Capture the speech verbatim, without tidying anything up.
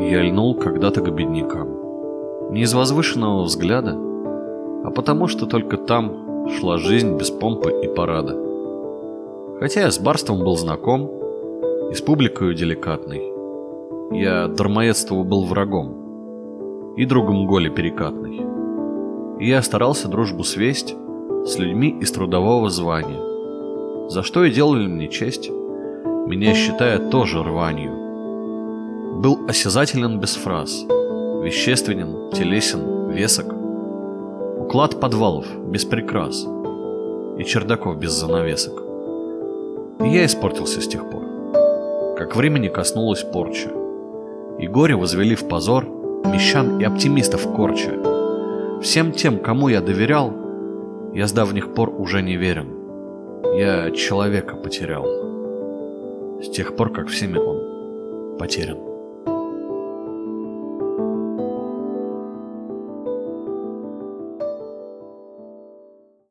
Я льнул когда-то к беднякам. Не из возвышенного взгляда, а потому что только там шла жизнь без помпы и парада. Хотя я с барством был знаком и с публикою деликатной, я дармоедству был врагом и другом голи перекатной. И я старался дружбу свесть с людьми из трудового звания, за что и делали мне честь, меня считая тоже рванью. Был осязателен без фраз, вещественен, телесен, весок. Уклад подвалов без прикрас и чердаков без занавесок. И я испортился с тех пор, как времени коснулась порча, и горе возвели в позор мещан и оптимистов корча. Всем тем, кому я доверял, я с давних пор уже не верен. Я человека потерял, с тех пор, как всеми он потерян.